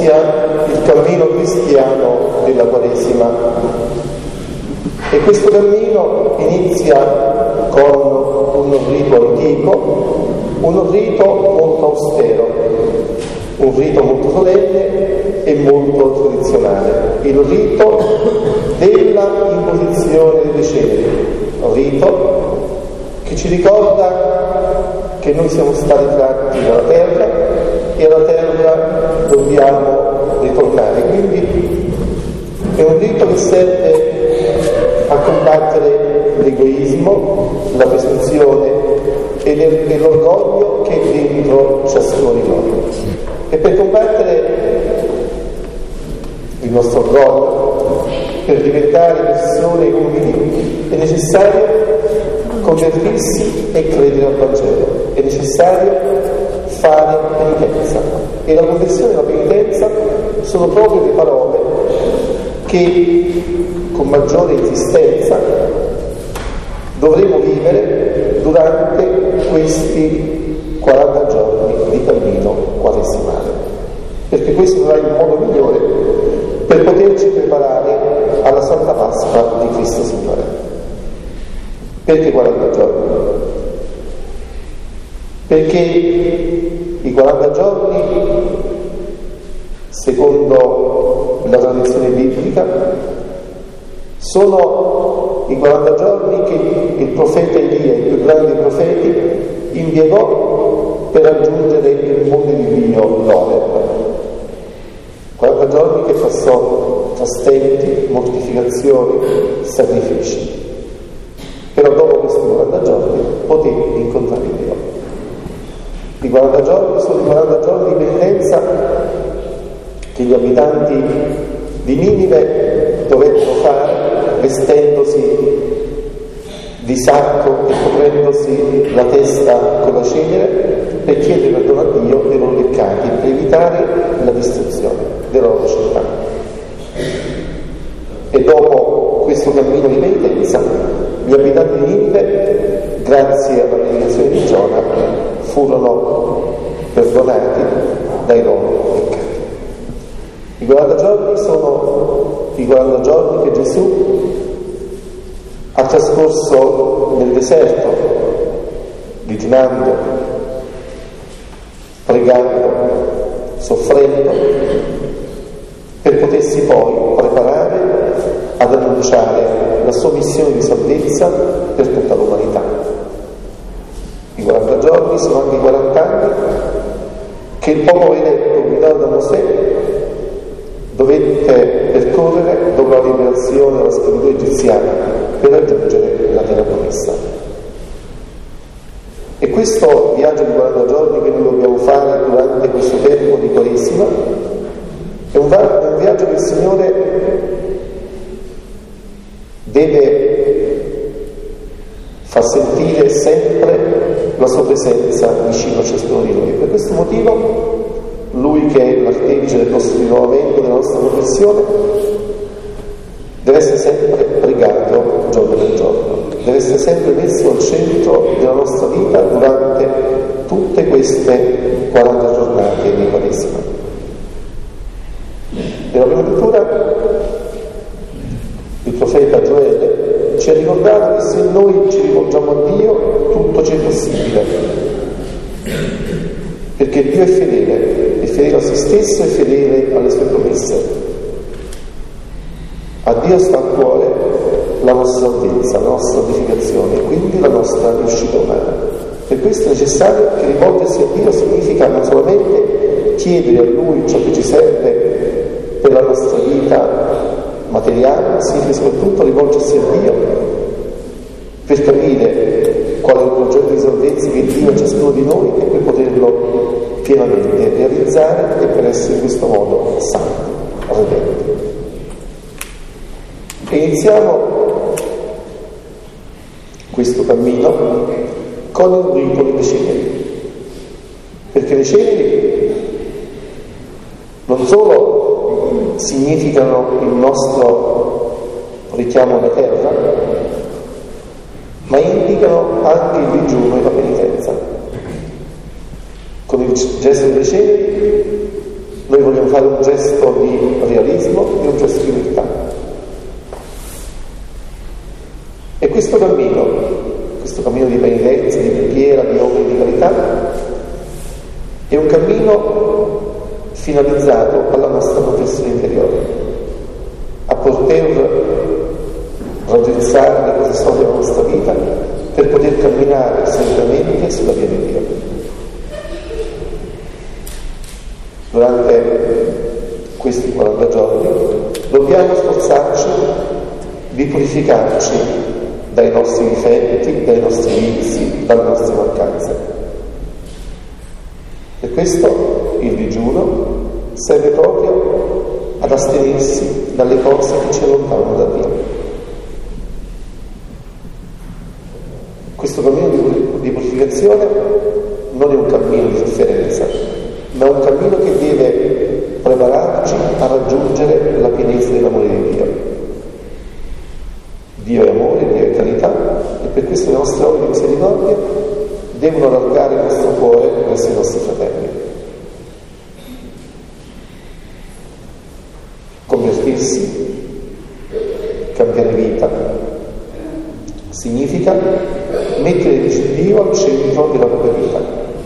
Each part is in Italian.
inizia il cammino cristiano della Quaresima, e questo cammino inizia con un rito antico, un rito molto austero, un rito molto solenne e molto tradizionale, il rito della imposizione delle ceneri, un rito che ci ricorda che noi siamo stati tratti dalla terra e alla terra dobbiamo ritornare. Quindi è un rito che serve a combattere l'egoismo, la presunzione e l'orgoglio che è dentro ciascuno di noi. E per combattere il nostro orgoglio, per diventare persone umili, è necessario convertirsi e credere al Vangelo, è necessario fare penitenza, e la conversione e la penitenza sono proprio le parole che con maggiore insistenza dovremo vivere durante questi 40 giorni di cammino quaresimale, perché questo sarà il modo migliore per poterci preparare alla Santa Pasqua di Cristo Signore. Perché 40 giorni? Perché i 40 giorni, secondo la tradizione biblica, sono i 40 giorni che il profeta Elia, il più grande dei profeti, impiegò per raggiungere il monte di Dio, l'Oreb. 40 giorni che passò tra stenti, mortificazioni, sacrifici. Però dopo questi 40 giorni poté incontrare Dio. I 40 giorni sono i 40 giorni di penitenza che gli abitanti di Ninive dovettero fare, vestendosi di sacco e coprendosi la testa con la cenere, per chiedere perdono a Dio dei loro peccati, per evitare la distruzione della loro città. E dopo questo cammino di penitenza, gli abitanti di Ninive, grazie alla predicazione di Giona, furono perdonati dai loro peccati. I 40 giorni sono i 40 giorni che Gesù ha trascorso nel deserto, digiunando, pregando, soffrendo, per potersi poi preparare ad annunciare la sua missione di salvezza per tutta l'umanità. I 40 giorni sono anche i 40 anni che il popolo eletto guidato da Mosè dovette percorrere dopo la liberazione dalla schiavitù egiziana per raggiungere la terra promessa. E questo viaggio di 40 giorni che noi dobbiamo fare durante questo tempo di Quaresima è un viaggio che il Signore deve far sentire sempre la sua presenza vicino a ciascuno di noi. Per questo motivo Lui, che è l'artefice del nostro rinnovamento, della nostra conversione, deve essere sempre pregato giorno per giorno, deve essere sempre messo al centro della nostra vita durante tutte queste 40 giornate di Quaresima. Nella prima lettura il profeta Gioele ci ha ricordato che se noi ci rivolgiamo a Dio tutto ci è possibile, perché Dio è fedele a se stesso e fedele alle sue promesse. A Dio sta a cuore la nostra salvezza, la nostra santificazione e quindi la nostra riuscita umana. Per questo è necessario che rivolgersi a Dio significa non solamente chiedere a Lui ciò che ci serve per la nostra vita materiale, ma significa soprattutto rivolgersi a Dio per capire qual è il progetto di salvezza che Dio ha ciascuno di noi e per poterlo pienamente realizzare e per essere in questo modo santi, redenti. E iniziamo questo cammino con il rito delle ceneri, perché le ceneri non solo significano il nostro richiamo alla terra, ma indicano anche il digiuno e la penitenza. Con il gesto delle ceneri Noi vogliamo fare un gesto di realismo e un gesto di umiltà. E questo cammino di penitenza, di preghiera, di opere di carità, è un cammino finalizzato alla nostra progressione interiore, a poter raddrizzare le cose sono della nostra vita per poter camminare serenamente sulla via di Dio. Durante questi 40 giorni dobbiamo sforzarci di purificarci dai nostri difetti, dai nostri vizi, dalle nostre mancanze. Per questo il digiuno serve proprio ad astenersi dalle cose che ci allontanano da Dio. Questo cammino di purificazione non è un cammino di sofferenza, ma è un cammino che deve prepararci a raggiungere la pienezza dell'amore di Dio. Dio è amore, Dio è carità, e per questo le nostre opere di misericordia devono allargare il nostro cuore verso i nostri fratelli. Convertirsi, cambiare vita, significa mettere Dio al centro della propria vita.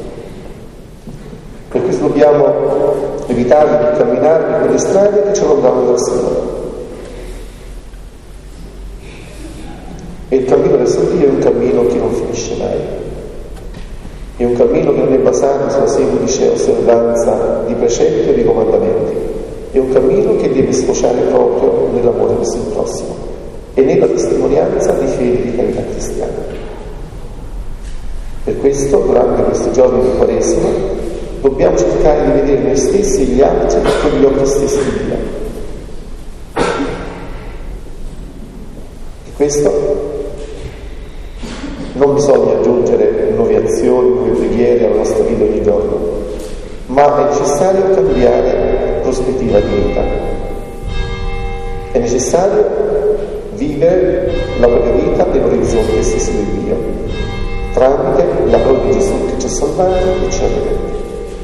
Per questo dobbiamo evitare di camminare in quelle strade che ci allontanano dal Signore. E il cammino verso Dio è un cammino che non finisce mai. È un cammino che non è basato sulla semplice osservanza di precetti o di comandamenti. È un cammino che deve sfociare proprio nell'amore verso il prossimo e nella testimonianza di fede di carità cristiana. Per questo, durante questi giorni di Quaresima, dobbiamo cercare di vedere noi stessi e gli altri con gli occhi stessi di Dio. E questo non bisogna aggiungere nuove azioni, nuove preghiere alla nostra vita ogni giorno, ma è necessario cambiare prospettiva di vita. È necessario vivere la propria vita nell'orizzonte stesso di Dio, tramite la parola di Gesù che ci ha salvati e ci ha redenti.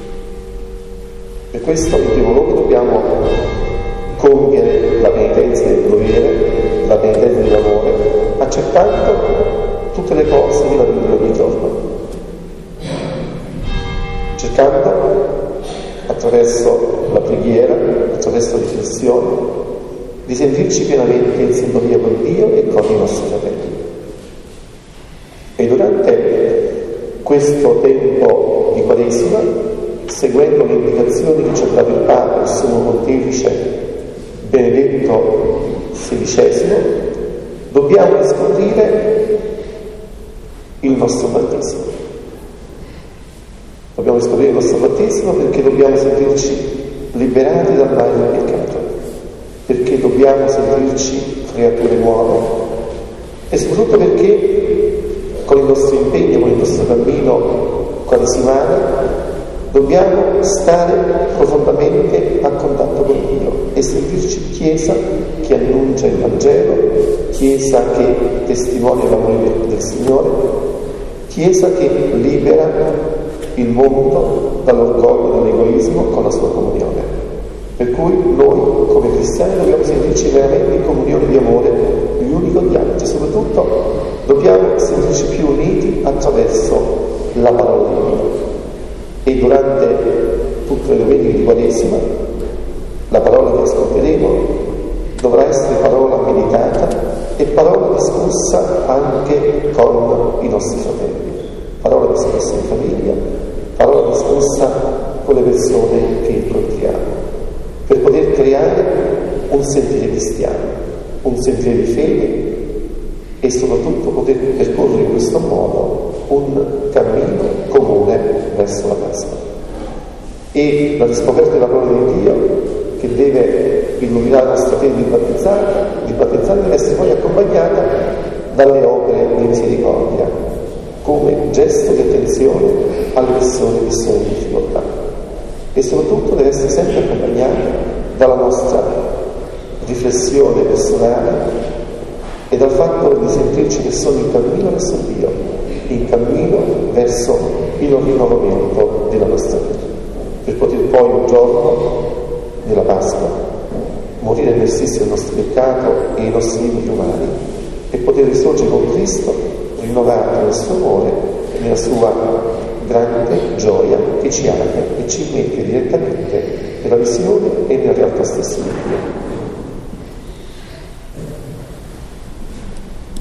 Per questo in primo luogo dobbiamo compiere la penitenza del dovere, la penitenza dell'amore, accettando tutte le cose della vita di ogni giorno, cercando attraverso la preghiera, attraverso la riflessione, di sentirci pienamente in sintonia con Dio e con i nostri fratelli. E durante questo tempo di Quaresima, seguendo le indicazioni che ci ha dato il Papa, il Sommo Pontefice Benedetto XVI, dobbiamo riscoprire il nostro battesimo. Dobbiamo riscoprire il nostro battesimo perché dobbiamo sentirci liberati dal male del peccato, perché dobbiamo sentirci creature nuove e soprattutto perché con il nostro impegno, con il nostro cammino quaresimale dobbiamo stare profondamente a contatto con Dio e sentirci Chiesa che annuncia il Vangelo, Chiesa che testimonia l'amore del Signore, Chiesa che libera il mondo dall'orgoglio e dall'egoismo con la sua comunione. Per cui noi come cristiani dobbiamo sentirci veramente in comunione di amore gli uni con gli altri, soprattutto dobbiamo sentirci più uniti attraverso la parola di Dio. E durante tutte le domeniche di Quaresima la parola che ascolteremo dovrà essere parola meditata e parola discussa anche con i nostri fratelli, parola discussa in famiglia, parola discussa con le persone che incontriamo, per poter creare un sentire cristiano, un sentire di fede e soprattutto poter percorrere in questo modo un cammino comune verso la Pasqua. E la riscoperta della parola di Dio, che deve illuminare la nostra fede di battezzare, deve essere poi accompagnata dalle opere di misericordia, come gesto di attenzione alle persone che sono in difficoltà. E soprattutto deve essere sempre accompagnata dalla nostra riflessione personale e dal fatto di sentirci che sono in cammino verso Dio, in cammino verso il rinnovamento della nostra vita, per poter poi un giorno della Pasqua morire nel stesso del nostro peccato e i nostri limiti umani e poter risorgere con Cristo, rinnovato nel suo amore e nella sua grande gioia che ci apre e ci mette direttamente nella visione e nella realtà stessa di Dio.